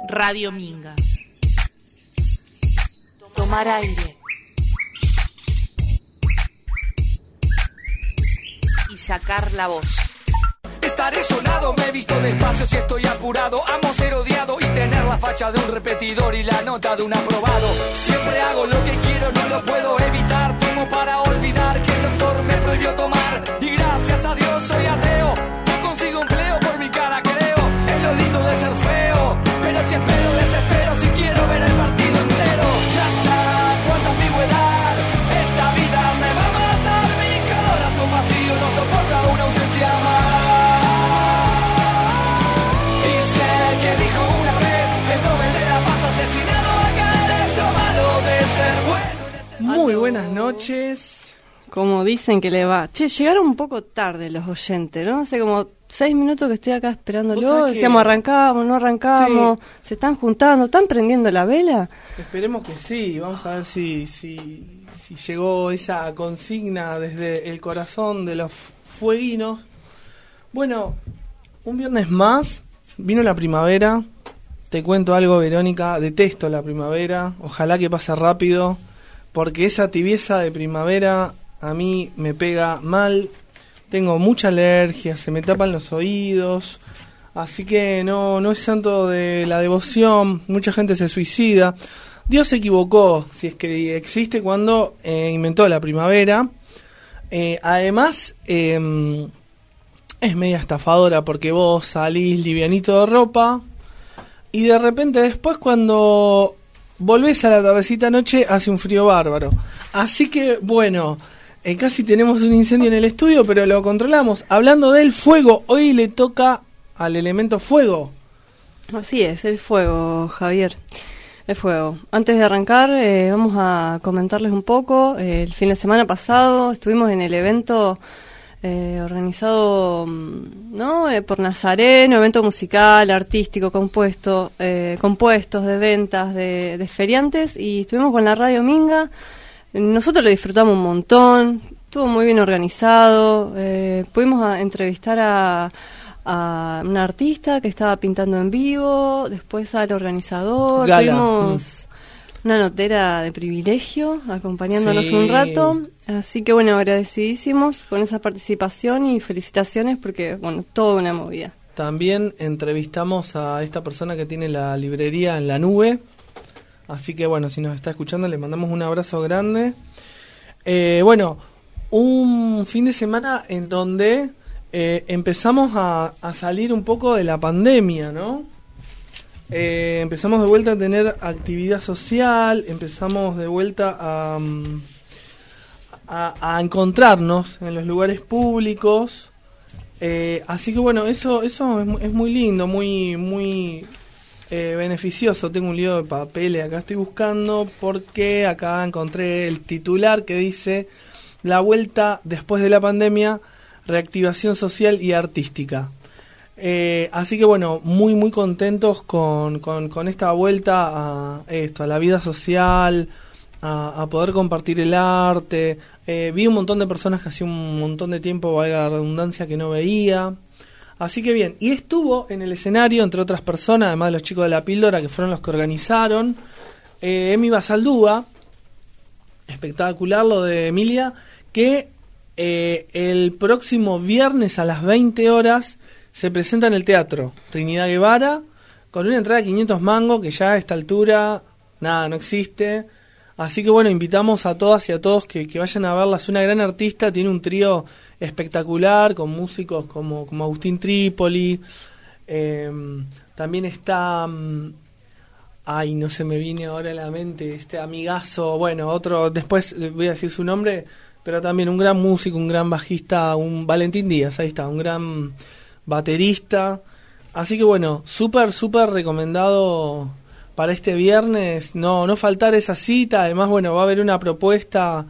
Radio Minga. Tomar aire. Y sacar la voz. Estaré sonado, me he visto despacio si estoy apurado. Amo ser odiado y tener la facha de un repetidor y la nota de un aprobado. Siempre hago lo que quiero, no lo puedo evitar. Tomo para olvidar que el doctor me prohibió tomar. Y gracias a Dios soy ateo. No consigo empleo por mi cara, creo. Es lo lindo de ser feo. Pero si espero, desespero si quiero ver el partido entero. Ya está, cuánta ambigüedad. Esta vida me va a matar. Mi corazón vacío no soporta una ausencia más. Muy buenas noches. Como dicen que le va. Che, llegaron un poco tarde los oyentes, ¿no? Hace como 6 minutos que estoy acá esperándolo. Decíamos arrancamos, no arrancamos. Sí. Se están juntando, ¿están prendiendo la vela? Esperemos que sí. Vamos a ver si llegó esa consigna desde el corazón de los fueguinos. Bueno, un viernes más. Vino la primavera. Te cuento algo, Verónica. Detesto la primavera. Ojalá que pase rápido. Porque esa tibieza de primavera a mí me pega mal. Tengo mucha alergia, se me tapan los oídos. Así que no es santo de la devoción. Mucha gente se suicida. Dios se equivocó, si es que existe, cuando inventó la primavera. Además, es media estafadora porque vos salís livianito de ropa y de repente después cuando volvés a la tardecita noche, hace un frío bárbaro. Así que, bueno, casi tenemos un incendio en el estudio, pero lo controlamos. Hablando del fuego, hoy le toca al elemento fuego. Así es, el fuego, Javier. El fuego. Antes de arrancar, vamos a comentarles un poco. El fin de semana pasado estuvimos en el evento organizado, ¿no? Por Nazareno, evento musical, artístico, compuestos de ventas de feriantes, y estuvimos con la Radio Minga. Nosotros lo disfrutamos un montón, estuvo muy bien organizado. Pudimos entrevistar a una artista que estaba pintando en vivo, después al organizador. Gala. Tuvimos una notera de privilegio acompañándonos un rato, así que bueno, agradecidísimos con esa participación y felicitaciones porque, bueno, toda una movida. También entrevistamos a esta persona que tiene la librería en la nube, así que bueno, si nos está escuchando le mandamos un abrazo grande. Bueno, un fin de semana en donde empezamos a salir un poco de la pandemia, ¿no? Empezamos de vuelta a tener actividad social, empezamos de vuelta a encontrarnos en los lugares públicos, así que bueno, eso es muy lindo, muy beneficioso. Tengo un lío de papeles, acá estoy buscando porque acá encontré el titular que dice: la vuelta después de la pandemia, reactivación social y artística. Así que bueno, muy contentos con esta vuelta a la vida social, a poder compartir el arte. Vi un montón de personas que hacía un montón de tiempo, valga la redundancia, que no veía. Así que bien, y estuvo en el escenario, entre otras personas, además de los chicos de La Píldora, que fueron los que organizaron, Emi Basaldúa, espectacular lo de Emilia, que el próximo viernes a las 20 horas se presenta en el Teatro Trinidad Guevara con una entrada de 500 mangos, que ya a esta altura no existe. Así que bueno, invitamos a todas y a todos que vayan a verla. Es una gran artista, tiene un trío espectacular con músicos como Agustín Trípoli. También está, no se me viene ahora a la mente, este amigazo, bueno, otro, después voy a decir su nombre, pero también un gran músico, un gran bajista, un Valentín Díaz, ahí está, un gran baterista. Así que bueno, súper recomendado para este viernes, no faltar esa cita. Además, bueno, va a haber una propuesta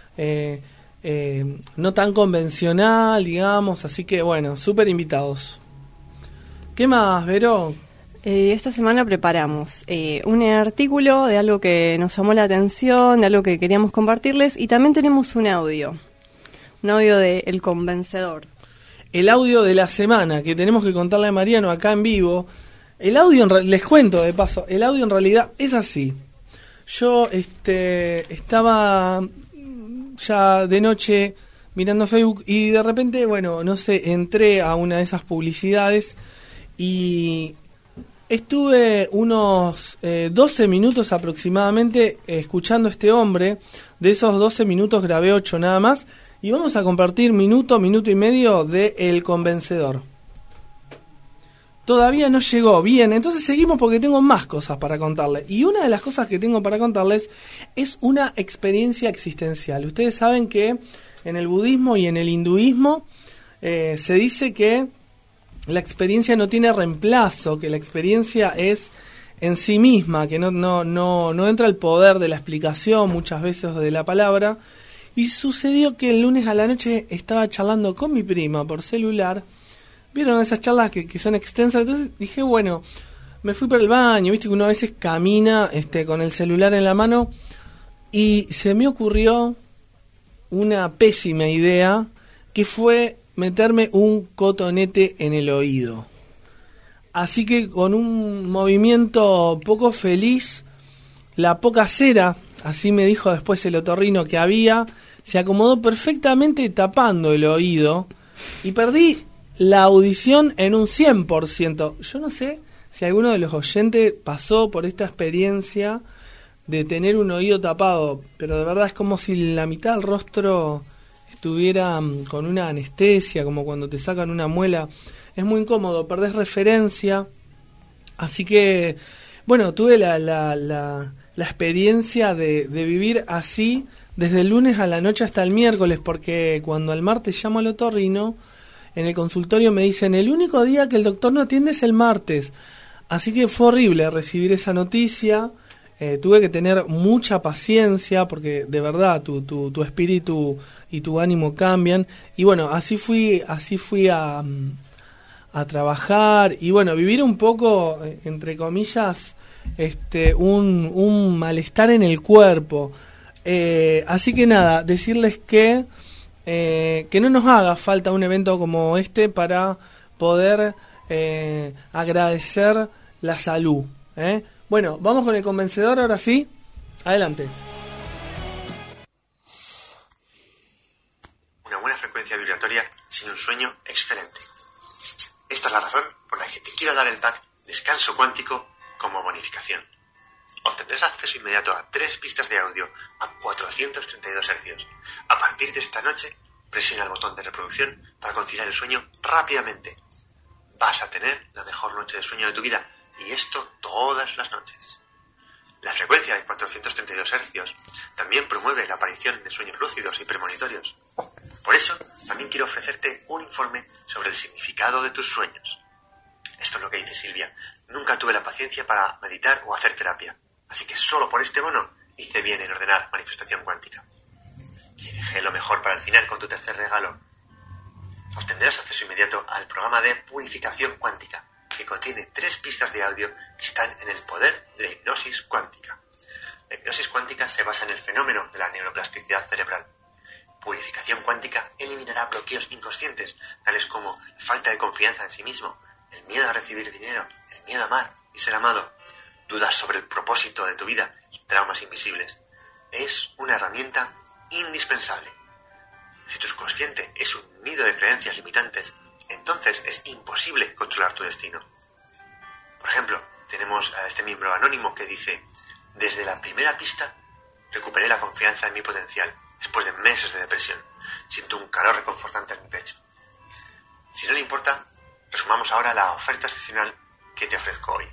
no tan convencional, digamos, así que bueno, súper invitados. ¿Qué más, Vero? Esta semana preparamos un artículo de algo que nos llamó la atención, de algo que queríamos compartirles, y también tenemos un audio de El Convencedor. El audio de la semana que tenemos que contarle a Mariano acá en vivo. El audio, les cuento de paso, el audio en realidad es así. Yo estaba ya de noche mirando Facebook y de repente, bueno, no sé, entré a una de esas publicidades y estuve unos 12 minutos aproximadamente escuchando a este hombre. De esos 12 minutos grabé 8 nada más y vamos a compartir minuto y medio de El Convencedor. Todavía no llegó. Bien, entonces seguimos porque tengo más cosas para contarles. Y una de las cosas que tengo para contarles es una experiencia existencial. Ustedes saben que en el budismo y en el hinduismo se dice que la experiencia no tiene reemplazo, que la experiencia es en sí misma, que no entra el poder de la explicación muchas veces de la palabra. Y sucedió que el lunes a la noche estaba charlando con mi prima por celular. Vieron esas charlas que son extensas, entonces dije, bueno, me fui para el baño, viste que uno a veces camina con el celular en la mano y se me ocurrió una pésima idea que fue meterme un cotonete en el oído. Así que con un movimiento poco feliz, la poca cera, así me dijo después el otorrino que había, se acomodó perfectamente tapando el oído y perdí la audición en un 100%. Yo no sé si alguno de los oyentes pasó por esta experiencia de tener un oído tapado, pero de verdad es como si la mitad del rostro estuviera con una anestesia, como cuando te sacan una muela. Es muy incómodo, perdés referencia. Así que, bueno, tuve la experiencia de vivir así desde el lunes a la noche hasta el miércoles, porque cuando al martes llamo al otorrino, en el consultorio me dicen, el único día que el doctor no atiende es el martes. Así que fue horrible recibir esa noticia. Tuve que tener mucha paciencia porque de verdad tu espíritu y tu ánimo cambian. Y bueno, así fui a trabajar y bueno, vivir un poco, entre comillas, un malestar en el cuerpo. Así que nada, decirles que no nos haga falta un evento como este para poder agradecer la salud. Bueno, vamos con el convencedor ahora sí. Adelante. Una buena frecuencia vibratoria sin un sueño excelente. Esta es la razón por la que te quiero dar el pack Descanso Cuántico como bonificación. Obtendrás acceso inmediato a 3 pistas de audio a 432 Hz. A partir de esta noche, presiona el botón de reproducción para conciliar el sueño rápidamente. Vas a tener la mejor noche de sueño de tu vida, y esto todas las noches. La frecuencia de 432 Hz también promueve la aparición de sueños lúcidos y premonitorios. Por eso, también quiero ofrecerte un informe sobre el significado de tus sueños. Esto es lo que dice Silvia. Nunca tuve la paciencia para meditar o hacer terapia. Así que solo por este bono hice bien en ordenar manifestación cuántica. Y dejé lo mejor para el final con tu tercer regalo. Obtendrás acceso inmediato al programa de purificación cuántica, que contiene 3 pistas de audio que están en el poder de la hipnosis cuántica. La hipnosis cuántica se basa en el fenómeno de la neuroplasticidad cerebral. Purificación cuántica eliminará bloqueos inconscientes, tales como la falta de confianza en sí mismo, el miedo a recibir dinero, el miedo a amar y ser amado, dudas sobre el propósito de tu vida y traumas invisibles. Es una herramienta indispensable. Si tu subconsciente es un nido de creencias limitantes, entonces es imposible controlar tu destino. Por ejemplo, tenemos a este miembro anónimo que dice: desde la primera pista recuperé la confianza en mi potencial después de meses de depresión. Siento un calor reconfortante en mi pecho. Si no le importa, resumamos ahora la oferta excepcional que te ofrezco hoy.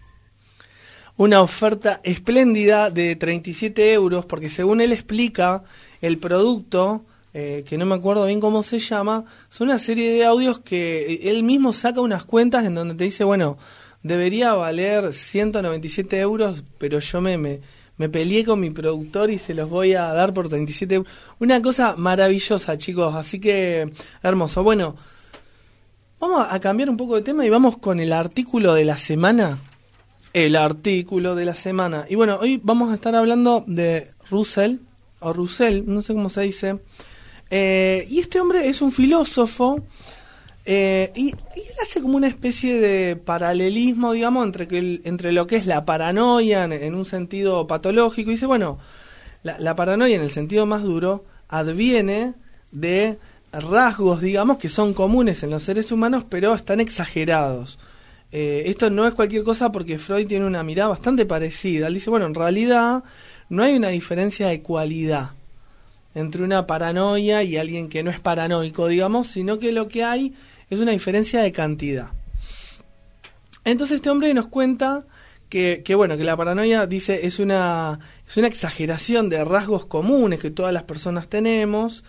Una oferta espléndida de 37 euros, porque según él explica, el producto, que no me acuerdo bien cómo se llama, son una serie de audios que él mismo saca unas cuentas en donde te dice, bueno, debería valer 197 euros, pero yo me peleé con mi productor y se los voy a dar por 37 euros. Una cosa maravillosa, chicos, así que hermoso. Bueno, vamos a cambiar un poco de tema y vamos con el artículo de la semana. El artículo de la semana. Y bueno, hoy vamos a estar hablando de Russell, o Russell, no sé cómo se dice. Y este hombre es un filósofo Y él hace como una especie de paralelismo, digamos, entre lo que es la paranoia en un sentido patológico. Y dice, bueno, la paranoia en el sentido más duro adviene de rasgos, digamos, que son comunes en los seres humanos, pero están exagerados. Esto no es cualquier cosa porque Freud tiene una mirada bastante parecida. Él dice, bueno, en realidad no hay una diferencia de cualidad entre una paranoia y alguien que no es paranoico, digamos, sino que lo que hay es una diferencia de cantidad. Entonces este hombre nos cuenta que la paranoia, dice, es una exageración de rasgos comunes que todas las personas tenemos,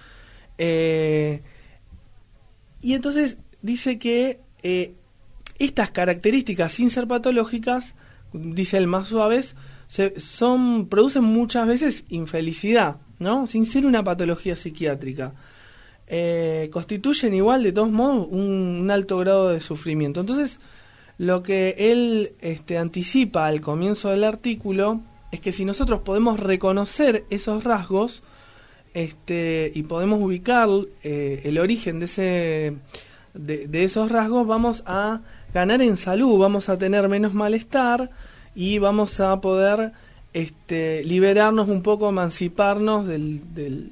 y entonces dice que estas características, sin ser patológicas, dice él más suaves, producen muchas veces infelicidad, ¿no? Sin ser una patología psiquiátrica. Constituyen igual, de todos modos, un alto grado de sufrimiento. Entonces, lo que él anticipa al comienzo del artículo es que si nosotros podemos reconocer esos rasgos y podemos ubicar el origen de esos rasgos, vamos a ganar en salud, vamos a tener menos malestar y vamos a poder liberarnos un poco, emanciparnos del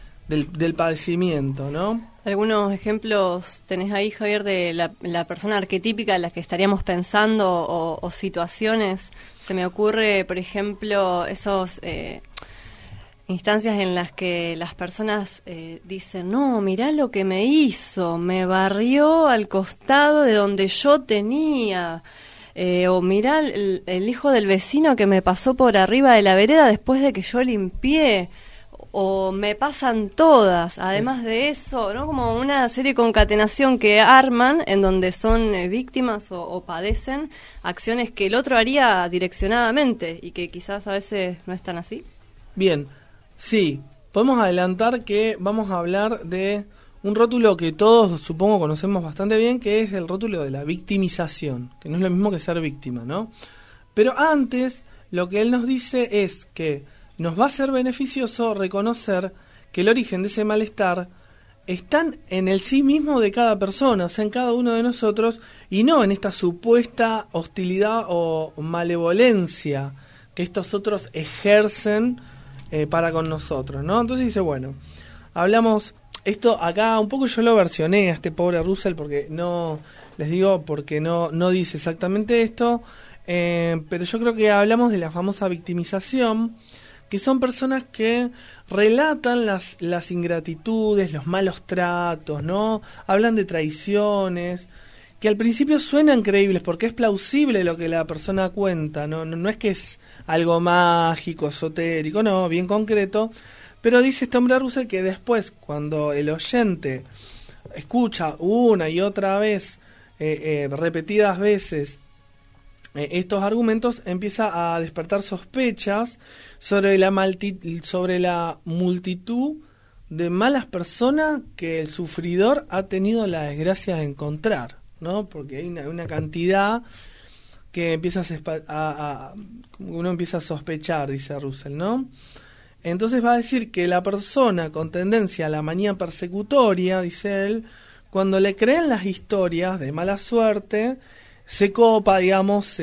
padecimiento, ¿no? Algunos ejemplos tenés ahí, Javier, de la persona arquetípica en la que estaríamos pensando o situaciones. Se me ocurre, por ejemplo, esos instancias en las que las personas dicen, no, mirá lo que me hizo, me barrió al costado de donde yo tenía, o mirá el hijo del vecino que me pasó por arriba de la vereda después de que yo limpié, o me pasan todas. Además de eso, ¿no? Como una serie de concatenación que arman en donde son víctimas o padecen acciones que el otro haría direccionadamente y que quizás a veces no están así. Bien, sí, podemos adelantar que vamos a hablar de un rótulo que todos supongo conocemos bastante bien, que es el rótulo de la victimización, que no es lo mismo que ser víctima, ¿no? Pero antes, lo que él nos dice es que nos va a ser beneficioso reconocer que el origen de ese malestar están en el sí mismo de cada persona, o sea, en cada uno de nosotros, y no en esta supuesta hostilidad o malevolencia que estos otros ejercen para con nosotros, ¿no? Entonces dice, bueno, hablamos, esto acá un poco yo lo versioné a este pobre Russell porque no, les digo, porque no dice exactamente esto, pero yo creo que hablamos de la famosa victimización, que son personas que relatan las ingratitudes, los malos tratos, ¿no? Hablan de traiciones, que al principio suenan creíbles porque es plausible lo que la persona cuenta, no es que es algo mágico, esotérico, no, bien concreto, pero dice este hombre Russell que después, cuando el oyente escucha una y otra vez, repetidas veces, estos argumentos, empieza a despertar sospechas sobre la multitud de malas personas que el sufridor ha tenido la desgracia de encontrar, ¿no? Porque hay una cantidad que empieza uno empieza a sospechar, dice Russell, ¿no? Entonces va a decir que la persona con tendencia a la manía persecutoria, dice él, cuando le creen las historias de mala suerte, se copa, digamos,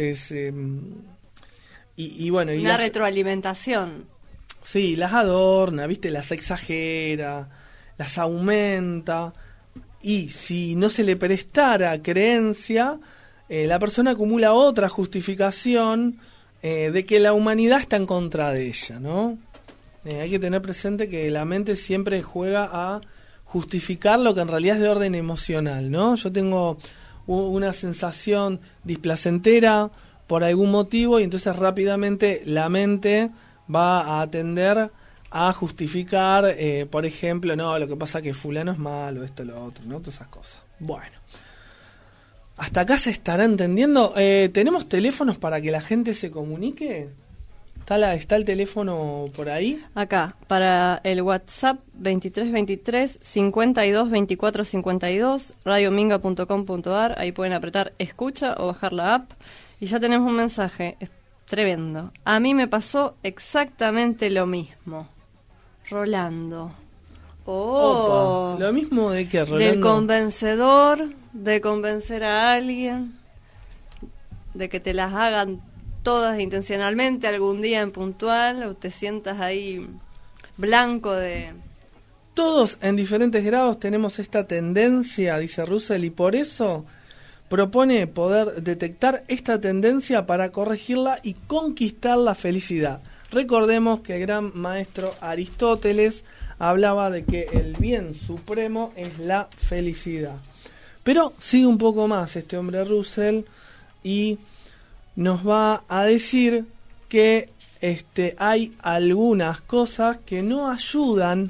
y bueno, y una retroalimentación. Sí, las adorna, ¿viste? Las exagera, las aumenta, y si no se le prestara creencia, la persona acumula otra justificación de que la humanidad está en contra de ella, ¿no? Hay que tener presente que la mente siempre juega a justificar lo que en realidad es de orden emocional, ¿no? Yo tengo una sensación displacentera por algún motivo y entonces rápidamente la mente va a tender a justificar, por ejemplo, no, lo que pasa es que fulano es malo, esto, lo otro, ¿no? Todas esas cosas. Bueno, ¿hasta acá se estará entendiendo? ¿Tenemos teléfonos para que la gente se comunique? ¿Está el teléfono por ahí? Acá, para el WhatsApp 2323 52 24 52, radiominga.com.ar, ahí pueden apretar escucha o bajar la app, y ya tenemos un mensaje tremendo. A mí me pasó exactamente lo mismo. Rolando. Opa, ¿lo mismo de qué, Rolando? Del convencedor de convencer a alguien, de que te las hagan todas intencionalmente algún día en puntual, o te sientas ahí blanco de... Todos en diferentes grados tenemos esta tendencia, dice Russell, y por eso propone poder detectar esta tendencia para corregirla y conquistar la felicidad. Recordemos que el gran maestro Aristóteles hablaba de que el bien supremo es la felicidad. Pero sigue un poco más este hombre Russell y nos va a decir que hay algunas cosas que no ayudan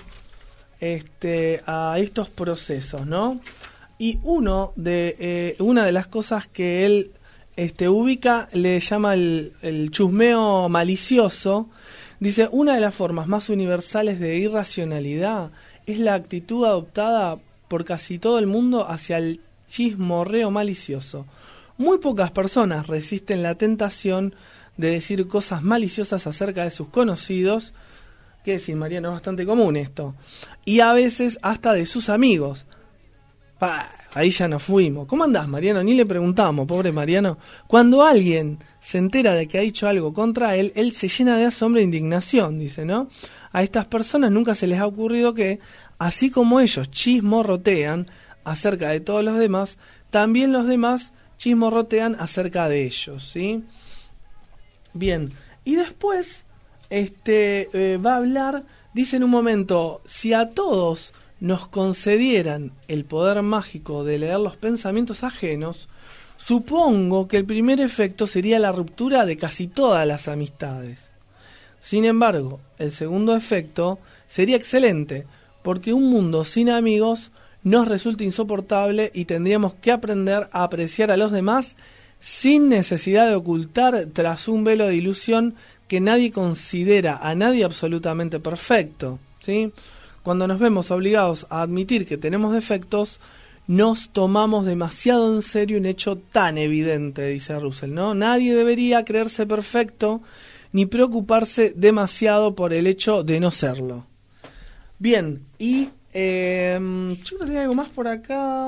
a estos procesos, ¿no? Y una de las cosas que él ubica, le llama el chusmeo malicioso. Dice, una de las formas más universales de irracionalidad es la actitud adoptada por casi todo el mundo hacia el chismorreo malicioso. Muy pocas personas resisten la tentación de decir cosas maliciosas acerca de sus conocidos. ¿Qué decir, Mariano? Es bastante común esto. Y a veces hasta de sus amigos. Ahí ya nos fuimos. ¿Cómo andás, Mariano? Ni le preguntamos, pobre Mariano. Cuando alguien se entera de que ha dicho algo contra él, él se llena de asombro e indignación, dice, ¿no? A estas personas nunca se les ha ocurrido que, así como ellos chismorrotean acerca de todos los demás, también los demás chismorrotean acerca de ellos, ¿sí? Bien, y después va a hablar, dice en un momento, si a todos nos concedieran el poder mágico de leer los pensamientos ajenos, supongo que el primer efecto sería la ruptura de casi todas las amistades. Sin embargo, el segundo efecto sería excelente, porque un mundo sin amigos nos resulta insoportable y tendríamos que aprender a apreciar a los demás sin necesidad de ocultar tras un velo de ilusión que nadie considera a nadie absolutamente perfecto, ¿sí? Cuando nos vemos obligados a admitir que tenemos defectos, nos tomamos demasiado en serio un hecho tan evidente, dice Russell, ¿no? Nadie debería creerse perfecto ni preocuparse demasiado por el hecho de no serlo. Bien, y yo creo que tenía algo más por acá,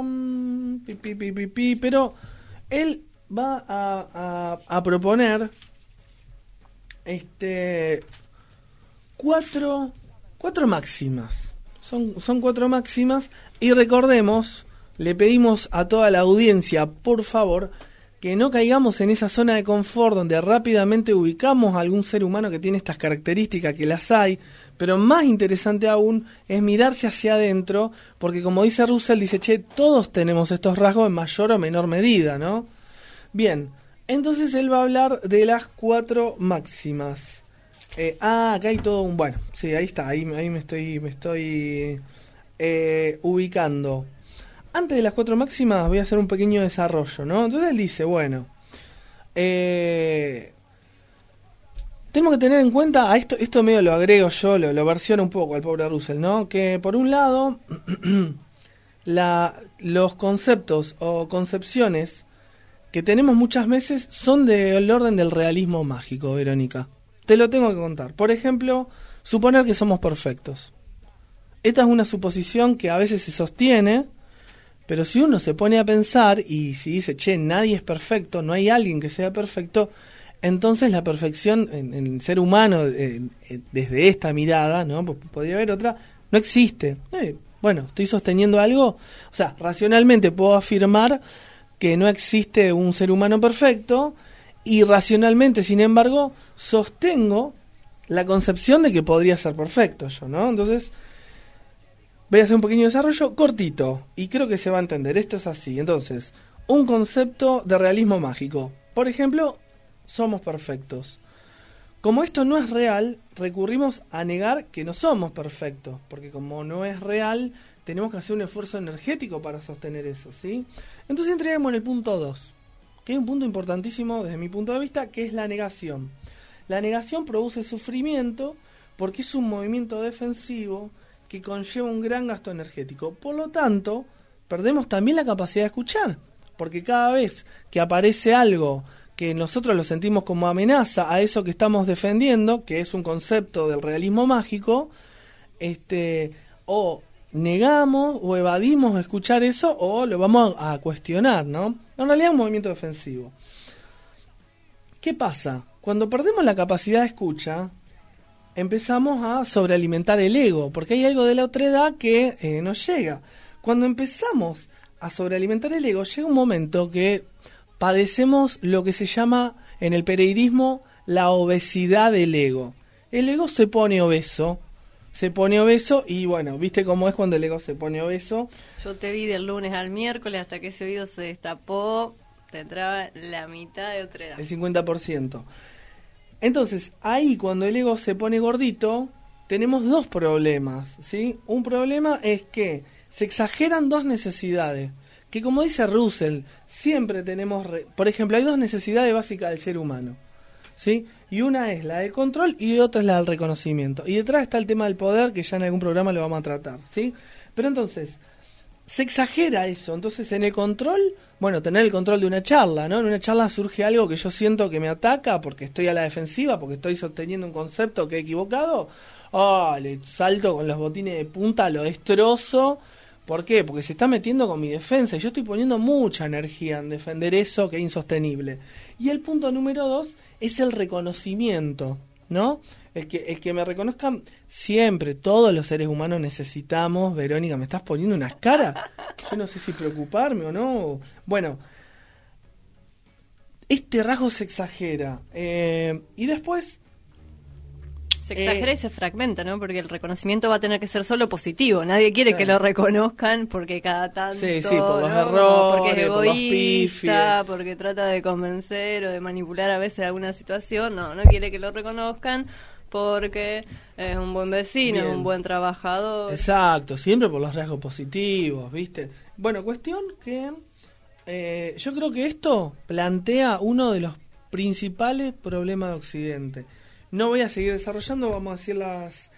pero él va a proponer cuatro máximas. Son 4 máximas y recordemos, le pedimos a toda la audiencia, por favor, que no caigamos en esa zona de confort donde rápidamente ubicamos a algún ser humano que tiene estas características, que las hay, pero más interesante aún es mirarse hacia adentro, porque como dice Russell, dice, todos tenemos estos rasgos en mayor o menor medida, ¿no? Bien, entonces él va a hablar de las 4 máximas. Acá hay todo un... Bueno, sí, ahí está, ahí me estoy ubicando. Antes de las 4 máximas voy a hacer un pequeño desarrollo, ¿no? Entonces él dice, bueno, tenemos que tener en cuenta, a esto medio lo agrego yo, lo versiono un poco al pobre Russell, ¿no? Que por un lado, los conceptos o concepciones que tenemos muchas veces son del orden del realismo mágico, Verónica. Te lo tengo que contar. Por ejemplo, suponer que somos perfectos. Esta es una suposición que a veces se sostiene, pero si uno se pone a pensar y si dice, nadie es perfecto, no hay alguien que sea perfecto, entonces la perfección en el ser humano, desde esta mirada, ¿no? Podría haber otra, no existe. Bueno, estoy sosteniendo algo, o sea, racionalmente puedo afirmar que no existe un ser humano perfecto, y racionalmente, sin embargo, sostengo la concepción de que podría ser perfecto yo, ¿no? Entonces, voy a hacer un pequeño desarrollo cortito, y creo que se va a entender. Esto es así. Entonces, un concepto de realismo mágico. Por ejemplo, somos perfectos. Como esto no es real, recurrimos a negar que no somos perfectos, porque como no es real, tenemos que hacer un esfuerzo energético para sostener eso, ¿sí? Entonces entraremos en el punto 2. Que hay un punto importantísimo desde mi punto de vista, que es la negación. La negación produce sufrimiento porque es un movimiento defensivo que conlleva un gran gasto energético. Por lo tanto, perdemos también la capacidad de escuchar, porque cada vez que aparece algo que nosotros lo sentimos como amenaza a eso que estamos defendiendo, que es un concepto del realismo mágico, o negamos o evadimos escuchar eso o lo vamos a cuestionar, ¿no? En realidad es un movimiento defensivo. ¿Qué pasa? Cuando perdemos la capacidad de escucha, empezamos a sobrealimentar el ego, porque hay algo de la otredad que nos llega. Cuando empezamos a sobrealimentar el ego, llega un momento que padecemos lo que se llama en el pereirismo la obesidad del ego. El ego se pone obeso y bueno, ¿viste cómo es cuando el ego se pone obeso? Yo te vi del lunes al miércoles hasta que ese oído se destapó, te entraba la mitad de otredad. El 50%. Entonces, ahí cuando el ego se pone gordito, tenemos dos problemas, ¿sí? Un problema es que se exageran dos necesidades, que como dice Russell, siempre tenemos... Por ejemplo, hay dos necesidades básicas del ser humano, ¿sí? Y una es la del control y otra es la del reconocimiento. Y detrás está el tema del poder, que ya en algún programa lo vamos a tratar, ¿sí? Pero entonces, se exagera eso. Entonces, en el control, bueno, tener el control de una charla, ¿no? En una charla surge algo que yo siento que me ataca porque estoy a la defensiva, porque estoy sosteniendo un concepto que he equivocado. Le salto con los botines de punta, lo destrozo. ¿Por qué? Porque se está metiendo con mi defensa y yo estoy poniendo mucha energía en defender eso que es insostenible. Y el punto número 2 es el reconocimiento, ¿no? El que me reconozcan siempre, todos los seres humanos necesitamos. Verónica, ¿me estás poniendo unas caras? Yo no sé si preocuparme o no. Bueno, este rasgo se exagera. Y después... Se exagera y se fragmenta, ¿no? Porque el reconocimiento va a tener que ser solo positivo. Nadie quiere que lo reconozcan porque cada tanto... Sí, por los errores, porque es por los egoísta, porque trata de convencer o de manipular a veces alguna situación. No quiere que lo reconozcan porque es un buen vecino, es un buen trabajador. Exacto, siempre por los rasgos positivos, ¿viste? Bueno, cuestión que yo creo que esto plantea uno de los principales problemas de Occidente. No voy a seguir desarrollando, vamos a decir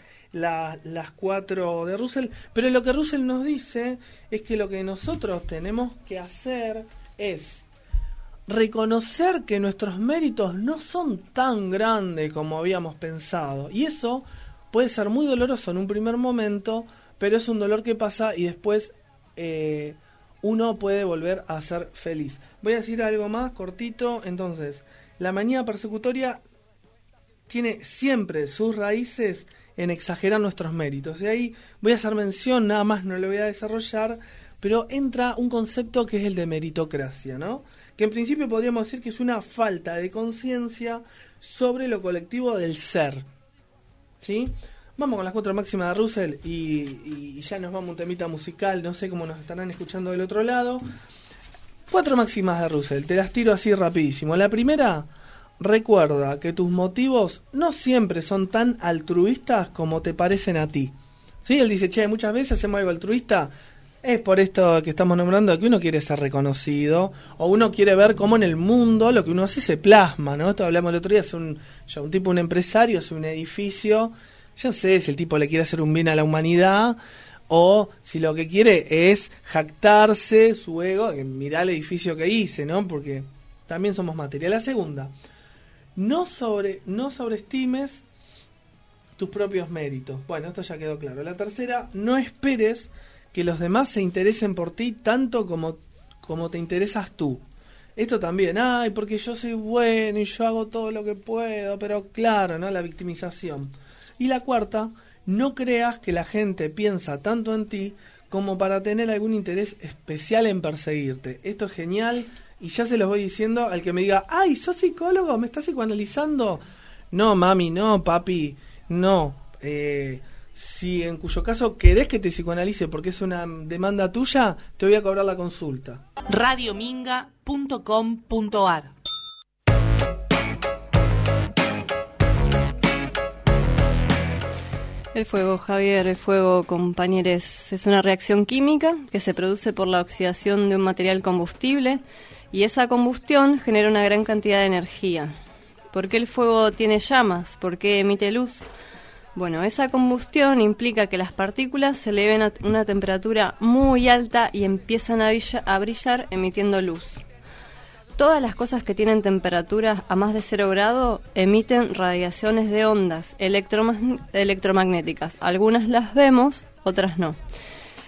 las 4 de Russell, pero lo que Russell nos dice es que lo que nosotros tenemos que hacer es reconocer que nuestros méritos no son tan grandes como habíamos pensado. Y eso puede ser muy doloroso en un primer momento, pero es un dolor que pasa y después uno puede volver a ser feliz. Voy a decir algo más cortito. Entonces, la manía persecutoria tiene siempre sus raíces en exagerar nuestros méritos. Y ahí voy a hacer mención, nada más no lo voy a desarrollar, pero entra un concepto que es el de meritocracia, ¿no? Que en principio podríamos decir que es una falta de conciencia sobre lo colectivo del ser, ¿sí? Vamos con las 4 máximas de Russell y ya nos vamos a un temita musical, no sé cómo nos estarán escuchando del otro lado. 4 máximas de Russell, te las tiro así rapidísimo. La primera... Recuerda que tus motivos no siempre son tan altruistas como te parecen a ti. ¿Sí? Él dice, muchas veces hacemos algo altruista, es por esto que estamos nombrando, que uno quiere ser reconocido, o uno quiere ver cómo en el mundo lo que uno hace se plasma, ¿no? Esto hablamos el otro día, es un tipo, un empresario, es un edificio, yo no sé si el tipo le quiere hacer un bien a la humanidad, o si lo que quiere es jactarse su ego, que mirá el edificio que hice, ¿no? Porque también somos materia. La segunda... No sobreestimes tus propios méritos. Bueno, esto ya quedó claro. La tercera, no esperes que los demás se interesen por ti tanto como te interesas tú. Esto también, porque yo soy bueno y yo hago todo lo que puedo, pero claro, ¿no? La victimización. Y la cuarta, no creas que la gente piensa tanto en ti como para tener algún interés especial en perseguirte. Esto es genial. Y ya se los voy diciendo al que me diga, ¿sos psicólogo? ¿Me estás psicoanalizando? No, mami, no, papi, no. Si en cuyo caso querés que te psicoanalice porque es una demanda tuya, te voy a cobrar la consulta. radiominga.com.ar. El fuego, Javier, el fuego, compañeros, es una reacción química que se produce por la oxidación de un material combustible y esa combustión genera una gran cantidad de energía. ¿Por qué el fuego tiene llamas? ¿Por qué emite luz? Bueno, esa combustión implica que las partículas se eleven a una temperatura muy alta y empiezan a brillar emitiendo luz. Todas las cosas que tienen temperaturas a más de 0 grado emiten radiaciones de ondas electromagnéticas. Algunas las vemos, otras no.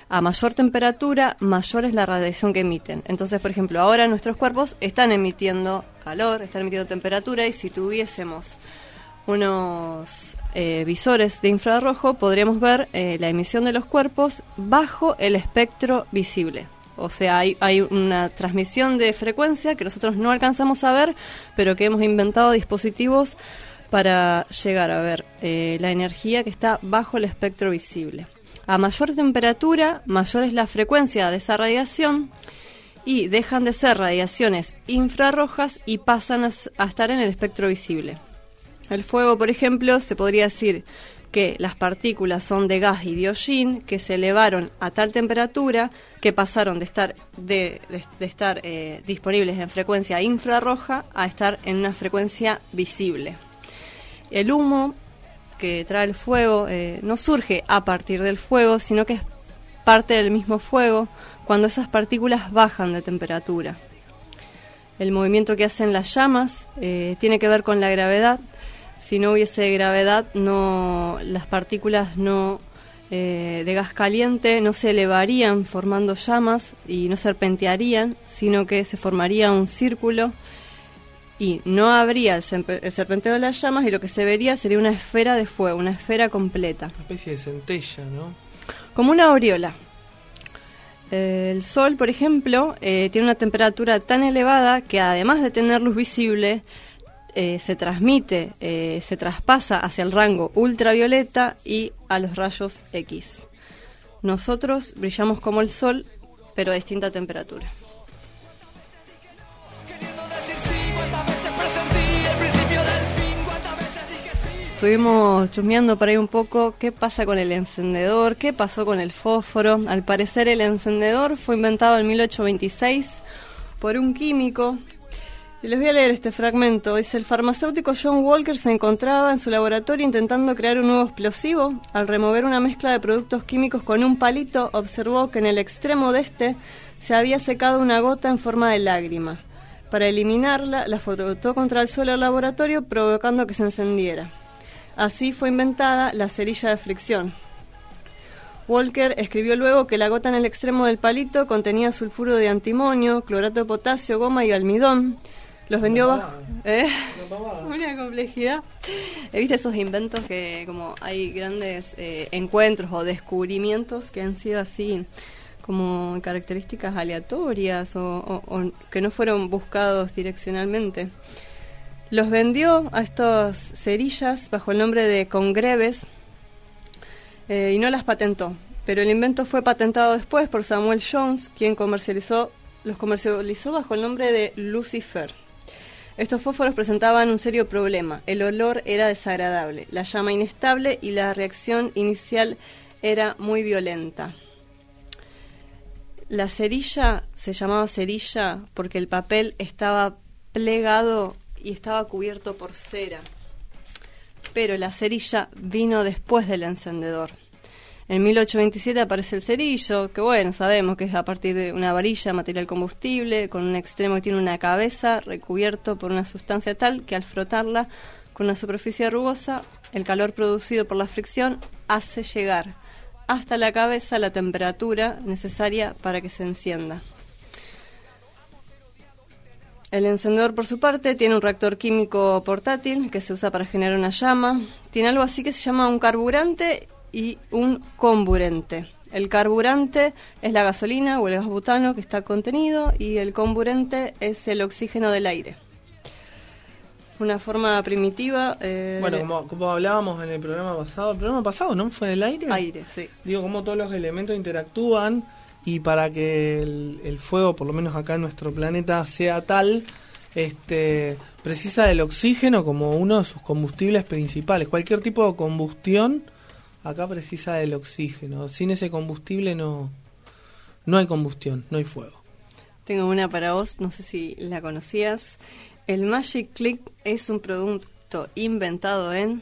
A mayor temperatura, mayor es la radiación que emiten. Entonces, por ejemplo, ahora nuestros cuerpos están emitiendo calor, están emitiendo temperatura, y si tuviésemos unos visores de infrarrojo, podríamos ver la emisión de los cuerpos bajo el espectro visible. O sea, hay una transmisión de frecuencia que nosotros no alcanzamos a ver, pero que hemos inventado dispositivos para llegar a ver la energía que está bajo el espectro visible. A mayor temperatura, mayor es la frecuencia de esa radiación, y dejan de ser radiaciones infrarrojas y pasan a estar en el espectro visible. El fuego, por ejemplo, se podría decir que las partículas son de gas y de hollín que se elevaron a tal temperatura que pasaron de estar disponibles en frecuencia infrarroja a estar en una frecuencia visible. El humo que trae el fuego no surge a partir del fuego, sino que es parte del mismo fuego cuando esas partículas bajan de temperatura. El movimiento que hacen las llamas tiene que ver con la gravedad. Si no hubiese gravedad, las partículas de gas caliente no se elevarían formando llamas y no serpentearían, sino que se formaría un círculo y no habría el serpenteo de las llamas, y lo que se vería sería una esfera de fuego, una esfera completa. Una especie de centella, ¿no? Como una aureola. El Sol, por ejemplo, tiene una temperatura tan elevada que, además de tener luz visible, se traspasa hacia el rango ultravioleta y a los rayos X. Nosotros brillamos como el Sol, pero a distinta temperatura. Estuvimos chusmeando por ahí un poco qué pasa con el encendedor, qué pasó con el fósforo. Al parecer el encendedor fue inventado en 1826 por un químico. Y les voy a leer este fragmento. Dice: el farmacéutico John Walker se encontraba en su laboratorio intentando crear un nuevo explosivo. Al remover una mezcla de productos químicos con un palito, observó que en el extremo de este se había secado una gota en forma de lágrima. Para eliminarla, la frotó contra el suelo del laboratorio, provocando que se encendiera. Así fue inventada la cerilla de fricción. Walker escribió luego que la gota en el extremo del palito contenía sulfuro de antimonio, clorato de potasio, goma y almidón. Los vendió bajo... Una complejidad. ¿Viste esos inventos que como hay grandes encuentros o descubrimientos que han sido así como características aleatorias o que no fueron buscados direccionalmente? Los vendió a estas cerillas bajo el nombre de Congreves y no las patentó, pero el invento fue patentado después por Samuel Jones, quien los comercializó bajo el nombre de Lucifer. Estos fósforos presentaban un serio problema: el olor era desagradable, la llama inestable y la reacción inicial era muy violenta. La cerilla se llamaba cerilla porque el papel estaba plegado y estaba cubierto por cera, pero la cerilla vino después del encendedor. En 1827 aparece el cerillo, que bueno, sabemos que es a partir de una varilla, material combustible, con un extremo que tiene una cabeza recubierto por una sustancia tal que al frotarla con una superficie rugosa, el calor producido por la fricción hace llegar hasta la cabeza la temperatura necesaria para que se encienda. El encendedor, por su parte, tiene un reactor químico portátil que se usa para generar una llama. Tiene algo así que se llama un carburante y un comburente. El carburante es la gasolina o el gas butano que está contenido, y el comburente es el oxígeno del aire. Una forma primitiva... Bueno, como hablábamos en el programa pasado, ¿no? ¿Fue del aire? Aire, sí. Digo, cómo todos los elementos interactúan, y para que el fuego, por lo menos acá en nuestro planeta, sea tal, precisa del oxígeno como uno de sus combustibles principales. Cualquier tipo de combustión acá precisa del oxígeno. Sin ese combustible no hay combustión, no hay fuego. Tengo una para vos, no sé si la conocías. El Magic Click es un producto inventado en...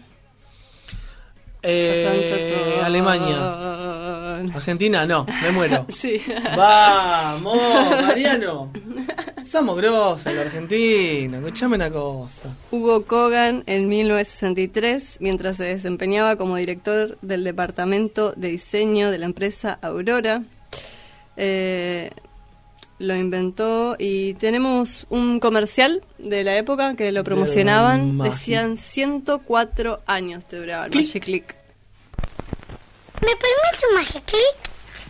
Alemania. Argentina, no, me muero. Sí. Vamos, Mariano. Somos grosos, la Argentina. Escuchame una cosa. Hugo Kogan, en 1963, mientras se desempeñaba como director del departamento de diseño de la empresa Aurora, lo inventó, y tenemos un comercial de la época que lo promocionaban. Decían 104 años te duraba el Magic Click. ¿Me permite un Magic Click?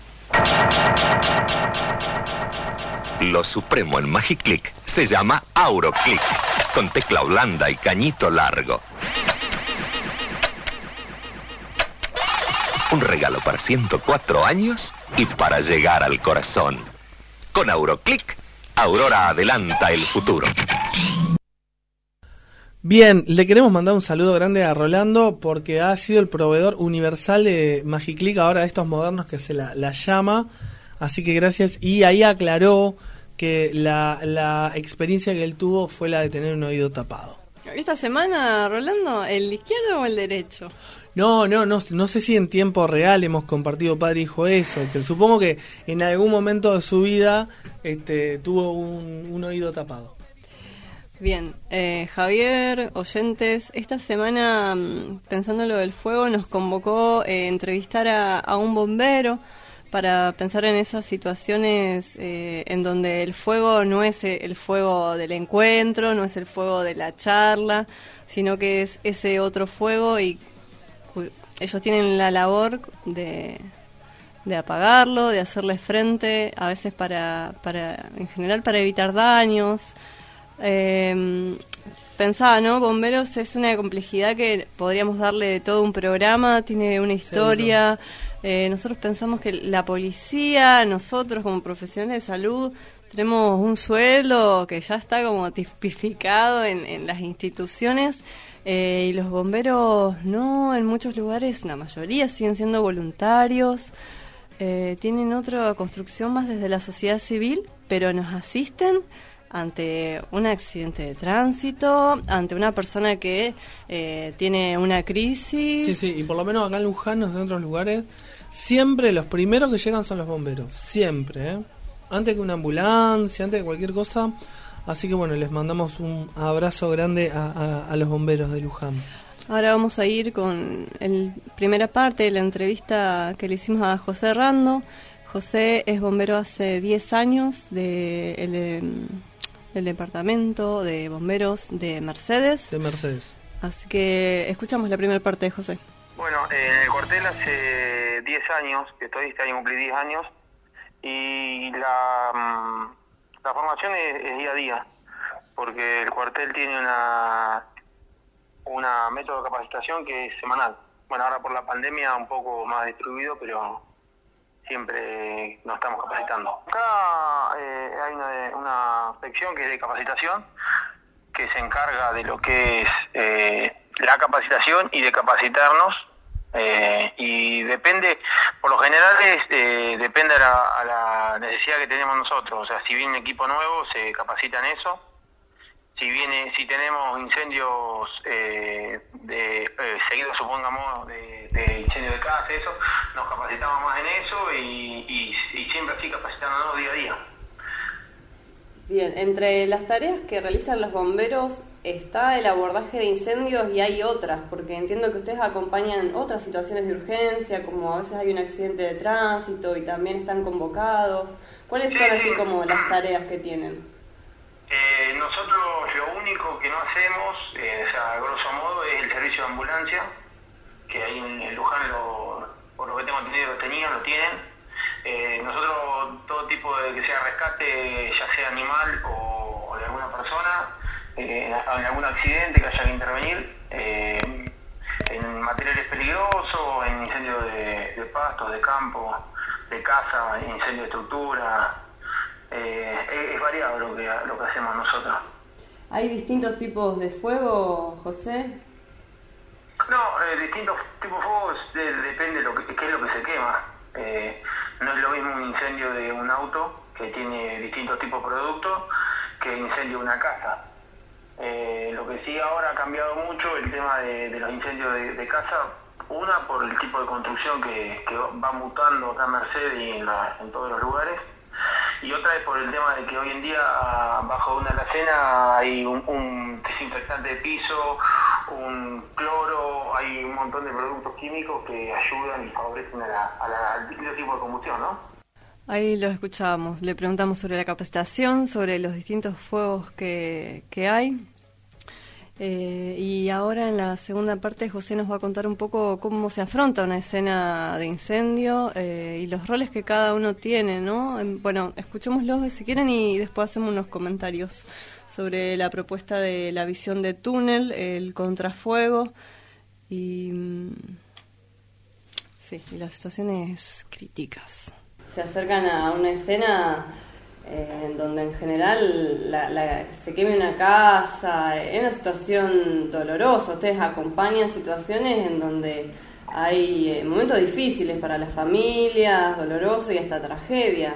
Lo supremo en Magic Click se llama AuroClick, con tecla blanda y cañito largo. Un regalo para 104 años y para llegar al corazón. Con AuroClick, Aurora adelanta el futuro. Bien, le queremos mandar un saludo grande a Rolando porque ha sido el proveedor universal de Magic Click, ahora de estos modernos que se la llama. Así que gracias. Y ahí aclaró que la experiencia que él tuvo fue la de tener un oído tapado. Esta semana, Rolando, ¿el izquierdo o el derecho? No sé si en tiempo real hemos compartido padre e hijo eso, que supongo que en algún momento de su vida tuvo un oído tapado. Bien, Javier, oyentes, esta semana, pensando en lo del fuego, nos convocó entrevistar a un bombero para pensar en esas situaciones en donde el fuego no es el fuego del encuentro, no es el fuego de la charla, sino que es ese otro fuego, y ellos tienen la labor de apagarlo, de hacerle frente, a veces en general para evitar daños. Pensaba, ¿no? Bomberos es una complejidad que podríamos darle todo un programa, tiene una historia. Nosotros pensamos que la policía, nosotros como profesionales de salud, tenemos un sueldo que ya está como tipificado en las instituciones, y los bomberos no, en muchos lugares, la mayoría siguen siendo voluntarios, tienen otra construcción más desde la sociedad civil, pero nos asisten ante un accidente de tránsito, ante una persona que tiene una crisis. Sí, y por lo menos acá en Luján, en otros lugares, siempre los primeros que llegan son los bomberos, siempre, antes que una ambulancia, antes que cualquier cosa. Así que bueno, les mandamos un abrazo grande a los bomberos de Luján. Ahora vamos a ir con la primera parte de la entrevista que le hicimos a José Rando. José es bombero hace 10 años del departamento de bomberos de Mercedes. Así que escuchamos la primera parte de José. Bueno, en el cuartel hace 10 años, que estoy, este año cumplí 10 años, y la formación es día a día, porque el cuartel tiene una método de capacitación que es semanal. Bueno, ahora por la pandemia un poco más distribuido, pero siempre nos estamos capacitando. Acá hay una sección que es de capacitación, que se encarga de lo que es la capacitación y de capacitarnos, y depende, por lo general depende a la necesidad que tenemos nosotros. O sea, si viene un equipo nuevo, se capacita en eso. Si tenemos incendios seguidos, supongamos, de incendio de casa, eso, nos capacitamos más en eso y siempre así capacitándonos día a día. Bien, entre las tareas que realizan los bomberos está el abordaje de incendios, y hay otras, porque entiendo que ustedes acompañan otras situaciones de urgencia, como a veces hay un accidente de tránsito y también están convocados. ¿Cuáles son así como las tareas que tienen? Nosotros lo único que no hacemos, o sea, a grosso modo, es el servicio de ambulancia, que ahí en Luján, por lo que tengo entendido, lo tienen. Nosotros, todo tipo de que sea rescate, ya sea animal o de alguna persona, en algún accidente que haya que intervenir, en materiales peligrosos, en incendios de pastos, de campo, de casa, incendio de estructura. Es variado lo que hacemos nosotros. ¿Hay distintos tipos de fuego, José? No, distintos tipos de fuego depende de qué es lo que se quema. No es lo mismo un incendio de un auto, que tiene distintos tipos de productos, que el incendio de una casa. Lo que sí ahora ha cambiado mucho el tema de los incendios de casa, una por el tipo de construcción que va mutando acá en Mercedes y en todos los lugares, y otra es por el tema de que hoy en día bajo una alacena hay un desinfectante de piso, un cloro, hay un montón de productos químicos que ayudan y favorecen al tipo de combustión, ¿no? Ahí lo escuchábamos, le preguntamos sobre la capacitación, sobre los distintos fuegos que hay. Y ahora en la segunda parte José nos va a contar un poco cómo se afronta una escena de incendio y los roles que cada uno tiene, ¿no? Bueno, escuchémoslos si quieren y después hacemos unos comentarios sobre la propuesta de la visión de túnel, el contrafuego y las situaciones críticas. Se acercan a una escena en donde en general se queme una casa, es una situación dolorosa. Ustedes acompañan situaciones en donde hay momentos difíciles para las familias, dolorosos y hasta tragedias.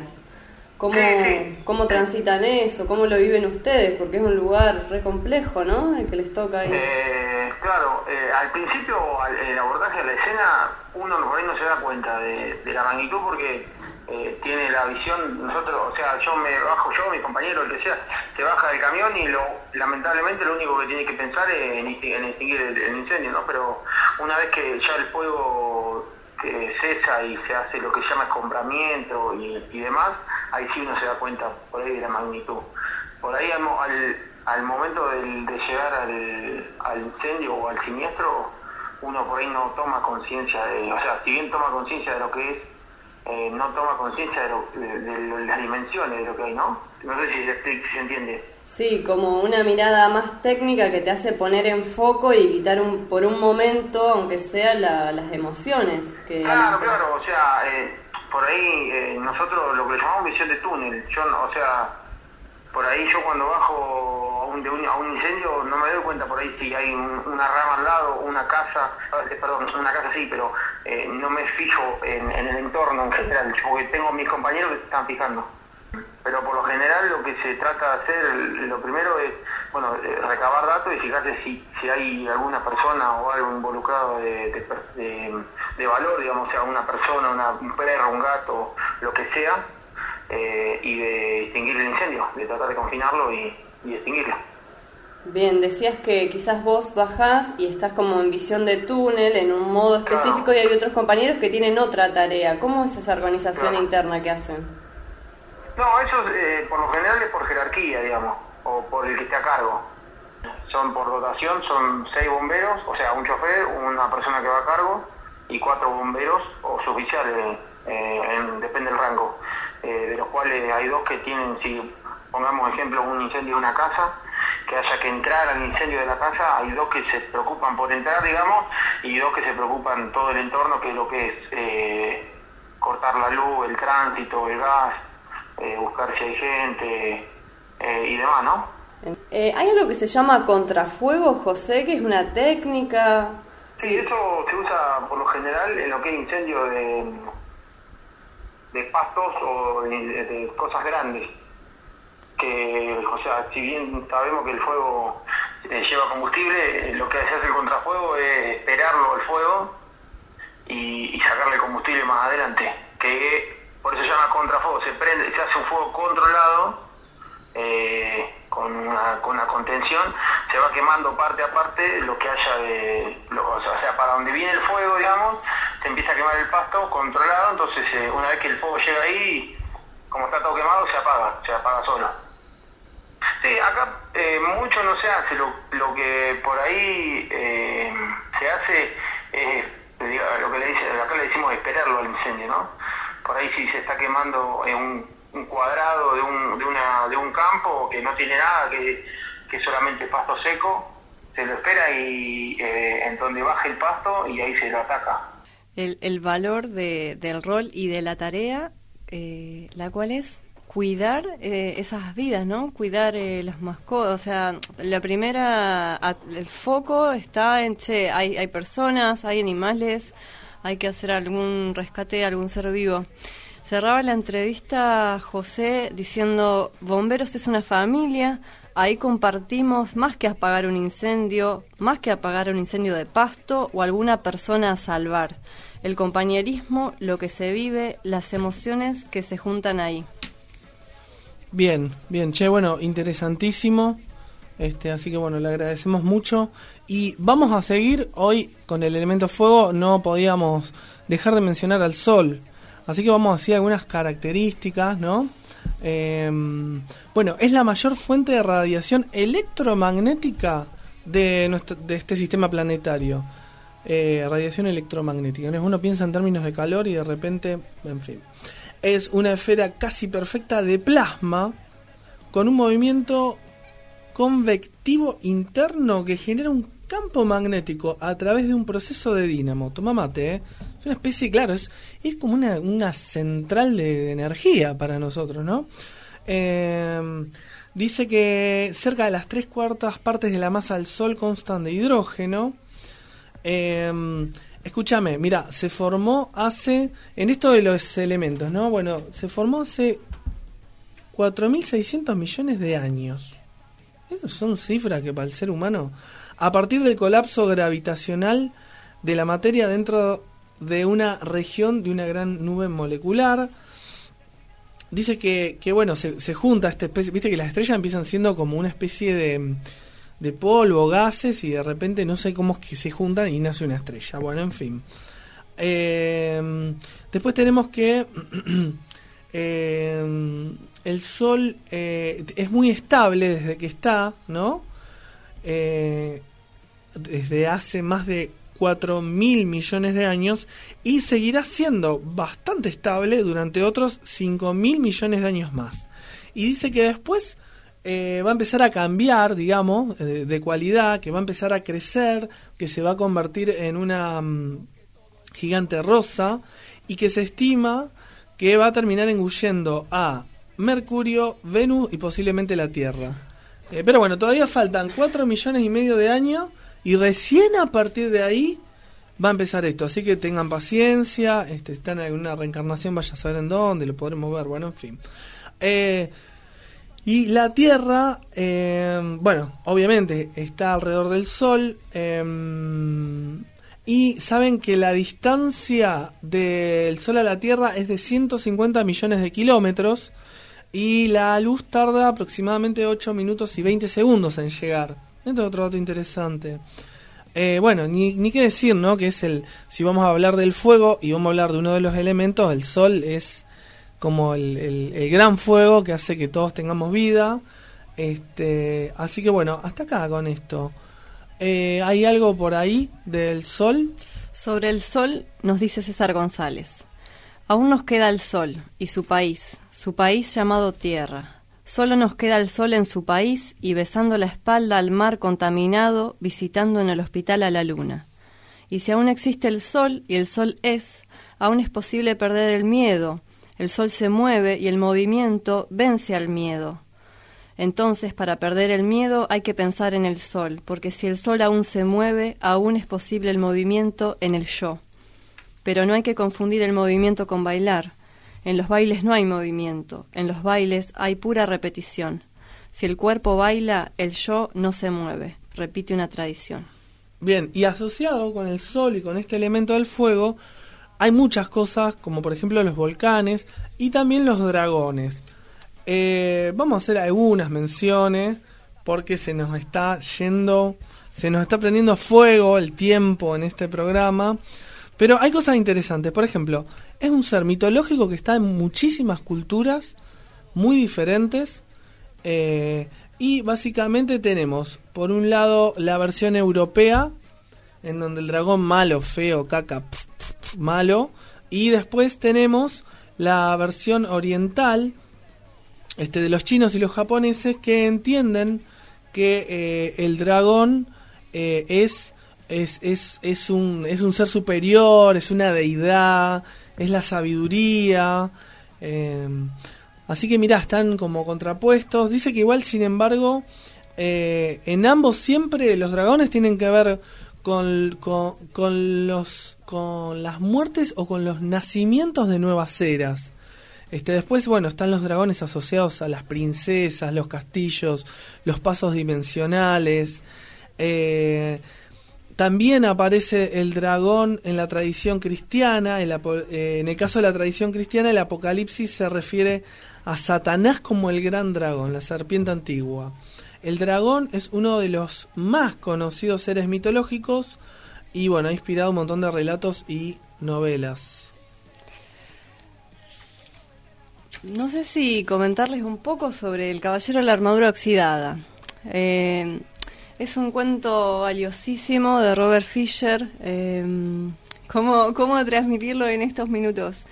¿Cómo transitan eso? ¿Cómo lo viven ustedes? Porque es un lugar re complejo, ¿no? El que les toca ahí. Claro, al principio, el abordaje de la escena, uno por ahí no se da cuenta de la magnitud porque tiene la visión, nosotros, o sea, mi compañero, el que sea, se baja del camión y lamentablemente lo único que tiene que pensar es en extinguir el incendio, ¿no? Pero una vez que ya el fuego cesa y se hace lo que se llama escombramiento y demás, ahí sí uno se da cuenta por ahí de la magnitud. Por ahí al momento de llegar al incendio o al siniestro, uno por ahí no toma conciencia o sea, si bien toma conciencia de lo que es, no toma conciencia de las dimensiones de lo que hay, ¿no? No sé si se entiende. Sí, como una mirada más técnica que te hace poner en foco y quitar por un momento, aunque sea las emociones. Claro, o sea, por ahí nosotros lo que llamamos visión de túnel. Por ahí yo cuando bajo a un incendio no me doy cuenta por ahí si hay una rama al lado, una casa sí, pero no me fijo en el entorno en general, porque tengo mis compañeros que se están fijando. Pero por lo general lo que se trata de hacer, lo primero es, recabar datos y fijarse si hay alguna persona o algo involucrado de valor, digamos, o sea, una persona, un perro, un gato, lo que sea, y de extinguir el incendio, de tratar de confinarlo y extinguirlo. Bien, decías que quizás vos bajás y estás como en visión de túnel, en un modo específico, claro. Y hay otros compañeros que tienen otra tarea. ¿Cómo es esa organización interna que hacen? No, eso por lo general es por jerarquía, digamos, o por el que esté a cargo. Son por dotación, son 6 bomberos, o sea, un chofer, una persona que va a cargo, y 4 bomberos o suboficiales, depende del rango, de los cuales hay 2 que tienen, si pongamos ejemplo, un incendio de una casa, que haya que entrar al incendio de la casa, hay 2 que se preocupan por entrar, digamos, y 2 que se preocupan todo el entorno, que es lo que es cortar la luz, el tránsito, el gas, buscar si hay gente y demás, ¿no? ¿Hay algo que se llama contrafuego, José, que es una técnica? Sí, eso se usa por lo general en lo que es incendio de pastos o de cosas grandes. Que, o sea, si bien sabemos que el fuego lleva combustible, lo que se hace el contrafuego es esperarlo al fuego y sacarle el combustible más adelante, que por eso se llama contrafuego. Se hace un fuego controlado con una contención, se va quemando parte a parte lo que haya o sea, para donde viene el fuego, digamos, se empieza a quemar el pasto controlado. Entonces una vez que el fuego llega ahí, como está todo quemado, se apaga solo. Sí, acá mucho no se hace, lo que por ahí se hace es, lo que acá le decimos esperarlo al incendio, ¿no? Por ahí si se está quemando un cuadrado de un campo que no tiene nada, que es solamente pasto seco, se lo espera y en donde baje el pasto y ahí se lo ataca. El valor del rol y de la tarea, la cual es cuidar esas vidas, ¿no? Cuidar las mascotas. O sea, la primera, el foco está en, hay personas, hay animales, hay que hacer algún rescate de algún ser vivo. Cerraba la entrevista José diciendo, bomberos es una familia, ahí compartimos más que apagar un incendio de pasto o alguna persona a salvar. El compañerismo, lo que se vive, las emociones que se juntan ahí. Bien, che, bueno, interesantísimo. Así que bueno, le agradecemos mucho. Y vamos a seguir hoy con el elemento fuego. No podíamos dejar de mencionar al sol. Así que vamos a decir algunas características, ¿no? Bueno, es la mayor fuente de radiación electromagnética de este sistema planetario. Radiación electromagnética. Uno piensa en términos de calor y de repente, en fin. Es una esfera casi perfecta de plasma con un movimiento convectivo interno que genera un campo magnético a través de un proceso de dínamo. Toma mate, ¿eh? Es una especie, claro, es como una central de energía para nosotros, ¿no? Dice que cerca de las 3/4 partes de la masa del Sol constan de hidrógeno. Escúchame, mira, se formó en esto de los elementos, ¿no? Bueno, se formó hace 4.600 millones de años. Esas son cifras que para el ser humano, a partir del colapso gravitacional de la materia dentro de una región de una gran nube molecular. Dice que bueno, se junta esta especie, viste que las estrellas empiezan siendo como una especie de polvo, gases, y de repente no sé cómo es que se juntan y nace una estrella. Bueno, en fin. Después tenemos que el Sol es muy estable desde que está, ¿no? Desde hace más de 4.000 millones de años, y seguirá siendo bastante estable durante otros 5.000 millones de años más. Y dice que después va a empezar a cambiar, digamos, de cualidad, que va a empezar a crecer, que se va a convertir en una gigante rosa, y que se estima que va a terminar engullendo a Mercurio, Venus y posiblemente la Tierra. Pero bueno, todavía faltan 4 millones y medio de años, y recién a partir de ahí va a empezar esto. Así que tengan paciencia, están en alguna reencarnación, vaya a saber en dónde, lo podremos ver, bueno, en fin. Y la Tierra, bueno, obviamente está alrededor del Sol, y saben que la distancia del Sol a la Tierra es de 150 millones de kilómetros, y la luz tarda aproximadamente 8 minutos y 20 segundos en llegar. Esto es otro dato interesante. Bueno, ni qué decir, ¿no? Que si vamos a hablar del fuego y vamos a hablar de uno de los elementos, el Sol es como el gran fuego que hace que todos tengamos vida. Así que bueno, hasta acá con esto. ¿Hay algo por ahí del Sol? Sobre el Sol nos dice César González: aún nos queda el Sol y su país llamado Tierra. Solo nos queda el Sol en su país y besando la espalda al mar contaminado, visitando en el hospital a la luna. Y si aún existe el Sol y el Sol aún es posible perder el miedo. El Sol se mueve y el movimiento vence al miedo. Entonces, para perder el miedo hay que pensar en el Sol, porque si el Sol aún se mueve, aún es posible el movimiento en el yo. Pero no hay que confundir el movimiento con bailar. En los bailes no hay movimiento, en los bailes hay pura repetición. Si el cuerpo baila, el yo no se mueve, repite una tradición. Bien, y asociado con el Sol y con este elemento del fuego, hay muchas cosas, como por ejemplo los volcanes y también los dragones. Vamos a hacer algunas menciones, porque se nos está prendiendo fuego el tiempo en este programa. Pero hay cosas interesantes. Por ejemplo, es un ser mitológico que está en muchísimas culturas muy diferentes, y básicamente tenemos, por un lado, la versión europea, en donde el dragón malo, feo, caca, malo, y después tenemos la versión oriental, de los chinos y los japoneses, que entienden que el dragón es un ser superior, es una deidad, es la sabiduría. Así que mirá, están como contrapuestos. Dice que igual, sin embargo, en ambos siempre los dragones tienen que ver con las muertes o con los nacimientos de nuevas eras. Después, bueno, están los dragones asociados a las princesas, los castillos, los pasos dimensionales. También aparece el dragón en la tradición cristiana. En el caso de la tradición cristiana, el Apocalipsis se refiere a Satanás como el gran dragón, la serpiente antigua. El dragón es uno de los más conocidos seres mitológicos y bueno, ha inspirado un montón de relatos y novelas. No sé si comentarles un poco sobre El caballero de la armadura oxidada. Es un cuento valiosísimo de Robert Fisher. ¿Cómo transmitirlo en estos minutos?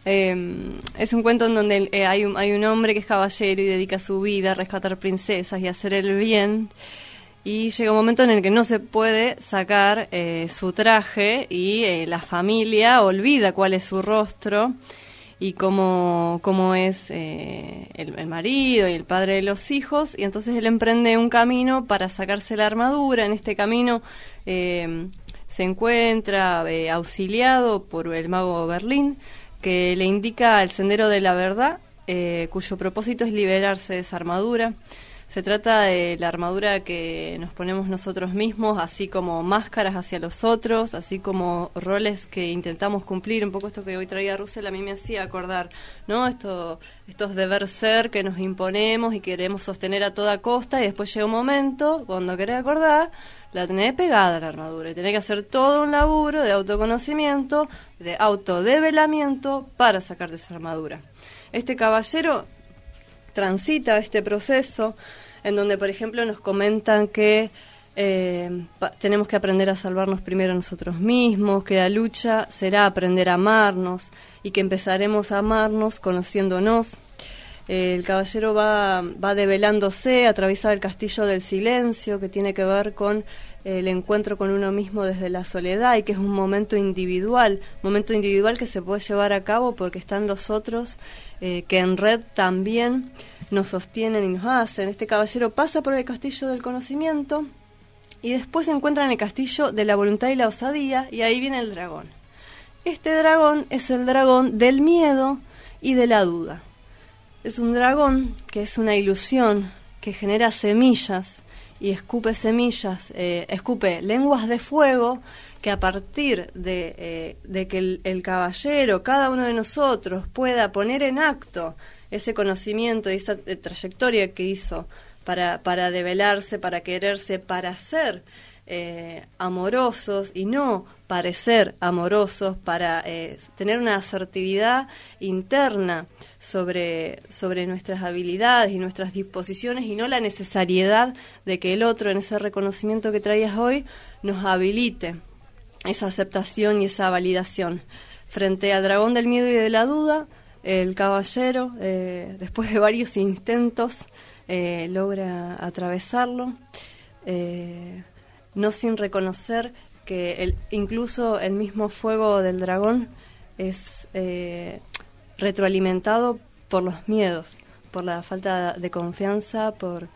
Es un cuento en donde hay un hombre que es caballero y dedica su vida a rescatar princesas y a hacer el bien. Y llega un momento en el que no se puede sacar su traje y la familia olvida cuál es su rostro y cómo es el marido y el padre de los hijos, y entonces él emprende un camino para sacarse la armadura. En este camino se encuentra auxiliado por el mago Berlín, que le indica el sendero de la verdad, cuyo propósito es liberarse de esa armadura. Se trata de la armadura que nos ponemos nosotros mismos, así como máscaras hacia los otros, así como roles que intentamos cumplir. Un poco esto que hoy traía Russell a mí me hacía acordar, ¿no? Estos deber ser que nos imponemos y queremos sostener a toda costa, y después llega un momento, cuando querés acordar, la tenés pegada la armadura y tenés que hacer todo un laburo de autoconocimiento, de autodevelamiento para sacarte esa armadura. Este caballero transita este proceso en donde, por ejemplo, nos comentan que tenemos que aprender a salvarnos primero nosotros mismos, que la lucha será aprender a amarnos y que empezaremos a amarnos conociéndonos. El caballero va develándose, atraviesa el castillo del silencio, que tiene que ver con el encuentro con uno mismo desde la soledad, y que es un momento individual que se puede llevar a cabo porque están los otros que en red también nos sostienen y nos hacen. Este caballero pasa por el castillo del conocimiento y después se encuentra en el castillo de la voluntad y la osadía, y ahí viene el dragón. Este dragón es el dragón del miedo y de la duda. Es un dragón que es una ilusión, que genera semillas y escupe semillas, escupe lenguas de fuego, que a partir de que el caballero, cada uno de nosotros, pueda poner en acto ese conocimiento y esa trayectoria que hizo para develarse, para quererse, para ser amorosos y no parecer amorosos, para tener una asertividad interna sobre nuestras habilidades y nuestras disposiciones, y no la necesariedad de que el otro, en ese reconocimiento que traías hoy, nos habilite esa aceptación y esa validación. Frente al dragón del miedo y de la duda, el caballero, después de varios intentos, logra atravesarlo, no sin reconocer que incluso el mismo fuego del dragón es retroalimentado por los miedos, por la falta de confianza, por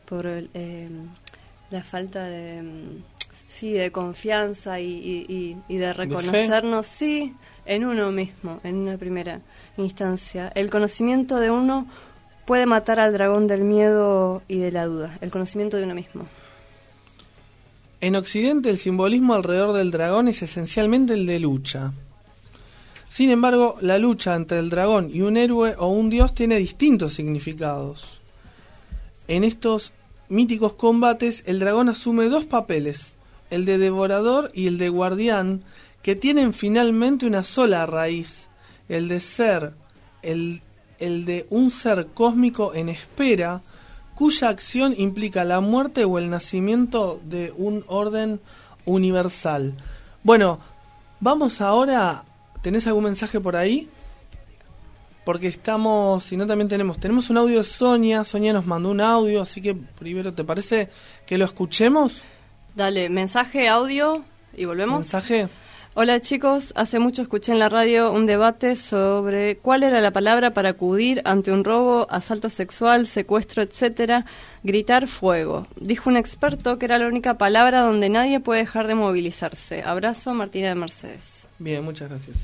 la falta de confianza y de reconocernos, sí, en uno mismo, en una primera instancia. El conocimiento de uno puede matar al dragón del miedo y de la duda, el conocimiento de uno mismo. En Occidente el simbolismo alrededor del dragón es esencialmente el de lucha. Sin embargo, la lucha entre el dragón y un héroe o un dios tiene distintos significados. En estos míticos combates, el dragón asume dos papeles, el de devorador y el de guardián, que tienen finalmente una sola raíz, el de ser, el de un ser cósmico en espera, cuya acción implica la muerte o el nacimiento de un orden universal. Bueno, vamos ahora. ¿Tenés algún mensaje por ahí? Porque estamos, si no también tenemos un audio de Sonia. Sonia nos mandó un audio, así que primero, ¿te parece que lo escuchemos? Dale, mensaje, audio y volvemos. Mensaje. Hola chicos, hace mucho escuché en la radio un debate sobre cuál era la palabra para acudir ante un robo, asalto sexual, secuestro, etcétera. Gritar fuego. Dijo un experto que era la única palabra donde nadie puede dejar de movilizarse. Abrazo, Martina de Mercedes. Bien, muchas gracias.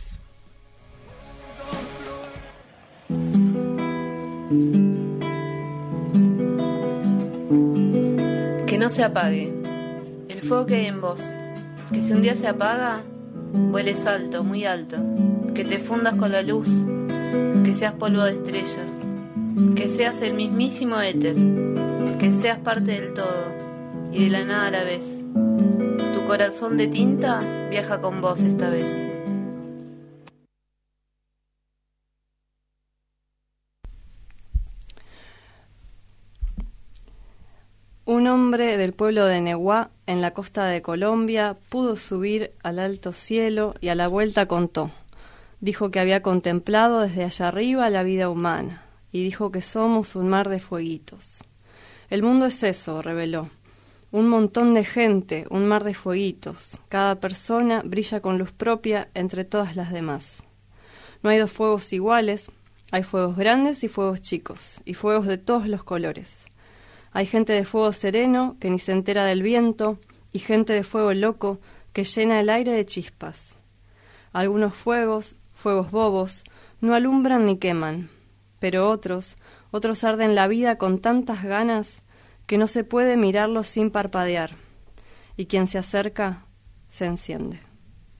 Que no se apague el fuego que hay en vos. Que si un día se apaga, vueles alto, muy alto, que te fundas con la luz, que seas polvo de estrellas, que seas el mismísimo éter, que seas parte del todo y de la nada a la vez. Tu corazón de tinta viaja con vos esta vez. Que no se apague el fuego que hay en vos. Que si un día se apaga, vueles alto, muy alto, que te fundas con la luz, que seas polvo de estrellas, que seas parte del todo y de la nada a la vez. Tu corazón de tinta viaja con vos esta vez. un hombre del pueblo de Neguá, en la costa de Colombia, pudo subir al alto cielo y a la vuelta contó. Dijo que había contemplado desde allá arriba la vida humana, y dijo que somos un mar de fueguitos. El mundo es eso, reveló. Un montón de gente, un mar de fueguitos. Cada persona brilla con luz propia entre todas las demás. No hay dos fuegos iguales, hay fuegos grandes y fuegos chicos, y fuegos de todos los colores. Hay gente de fuego sereno que ni se entera del viento, y gente de fuego loco que llena el aire de chispas. Algunos fuegos bobos, no alumbran ni queman, pero otros arden la vida con tantas ganas que no se puede mirarlos sin parpadear, y quien se acerca se enciende.